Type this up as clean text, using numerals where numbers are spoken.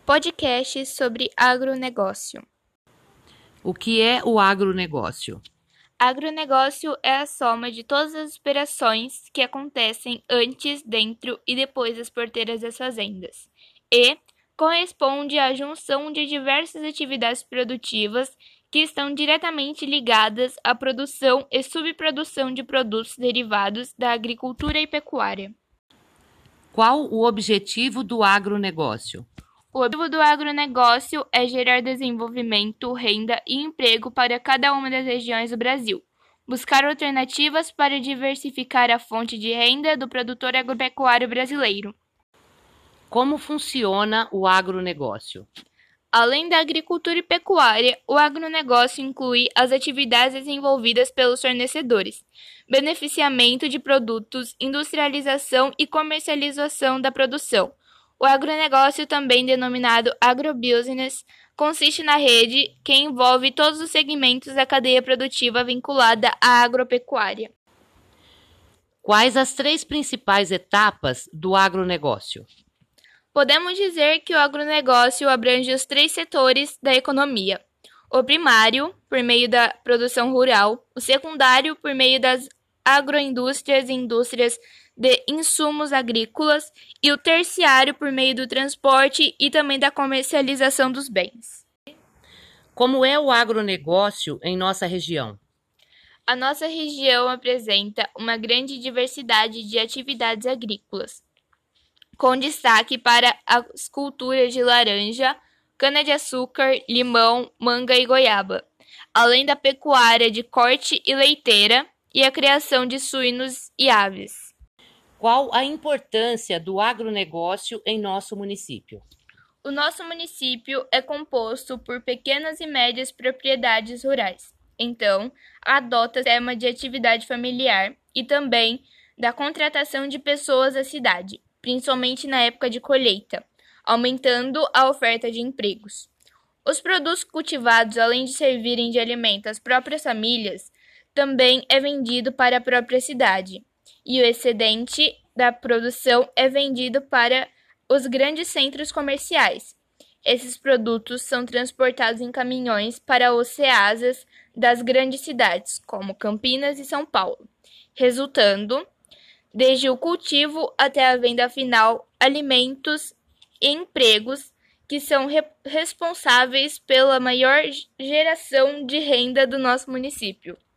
Podcast sobre agronegócio. O que é o agronegócio? Agronegócio é a soma de todas as operações que acontecem antes, dentro e depois das porteiras das fazendas, e corresponde à junção de diversas atividades produtivas que estão diretamente ligadas à produção e subprodução de produtos derivados da agricultura e pecuária. Qual o objetivo do agronegócio? O objetivo do agronegócio é gerar desenvolvimento, renda e emprego para cada uma das regiões do Brasil, buscar alternativas para diversificar a fonte de renda do produtor agropecuário brasileiro. Como funciona o agronegócio? Além da agricultura e pecuária, o agronegócio inclui as atividades desenvolvidas pelos fornecedores, beneficiamento de produtos, industrialização e comercialização da produção. O agronegócio, também denominado agrobusiness, consiste na rede que envolve todos os segmentos da cadeia produtiva vinculada à agropecuária. Quais as 3 principais etapas do agronegócio? Podemos dizer que o agronegócio abrange os 3 setores da economia: o primário, por meio da produção rural; o secundário, por meio das agroindústrias e indústrias de insumos agrícolas; e o terciário, por meio do transporte e também da comercialização dos bens. Como é o agronegócio em nossa região? A nossa região apresenta uma grande diversidade de atividades agrícolas, com destaque para as culturas de laranja, cana-de-açúcar, limão, manga e goiaba, além da pecuária de corte e leiteira e a criação de suínos e aves. Qual a importância do agronegócio em nosso município? O nosso município é composto por pequenas e médias propriedades rurais. Então, adota o sistema de atividade familiar e também da contratação de pessoas da cidade, principalmente na época de colheita, aumentando a oferta de empregos. Os produtos cultivados, além de servirem de alimento às próprias famílias, também é vendido para a própria cidade, e o excedente da produção é vendido para os grandes centros comerciais. Esses produtos são transportados em caminhões para os ceasas das grandes cidades, como Campinas e São Paulo, resultando, desde o cultivo até a venda final, alimentos e empregos que são responsáveis pela maior geração de renda do nosso município.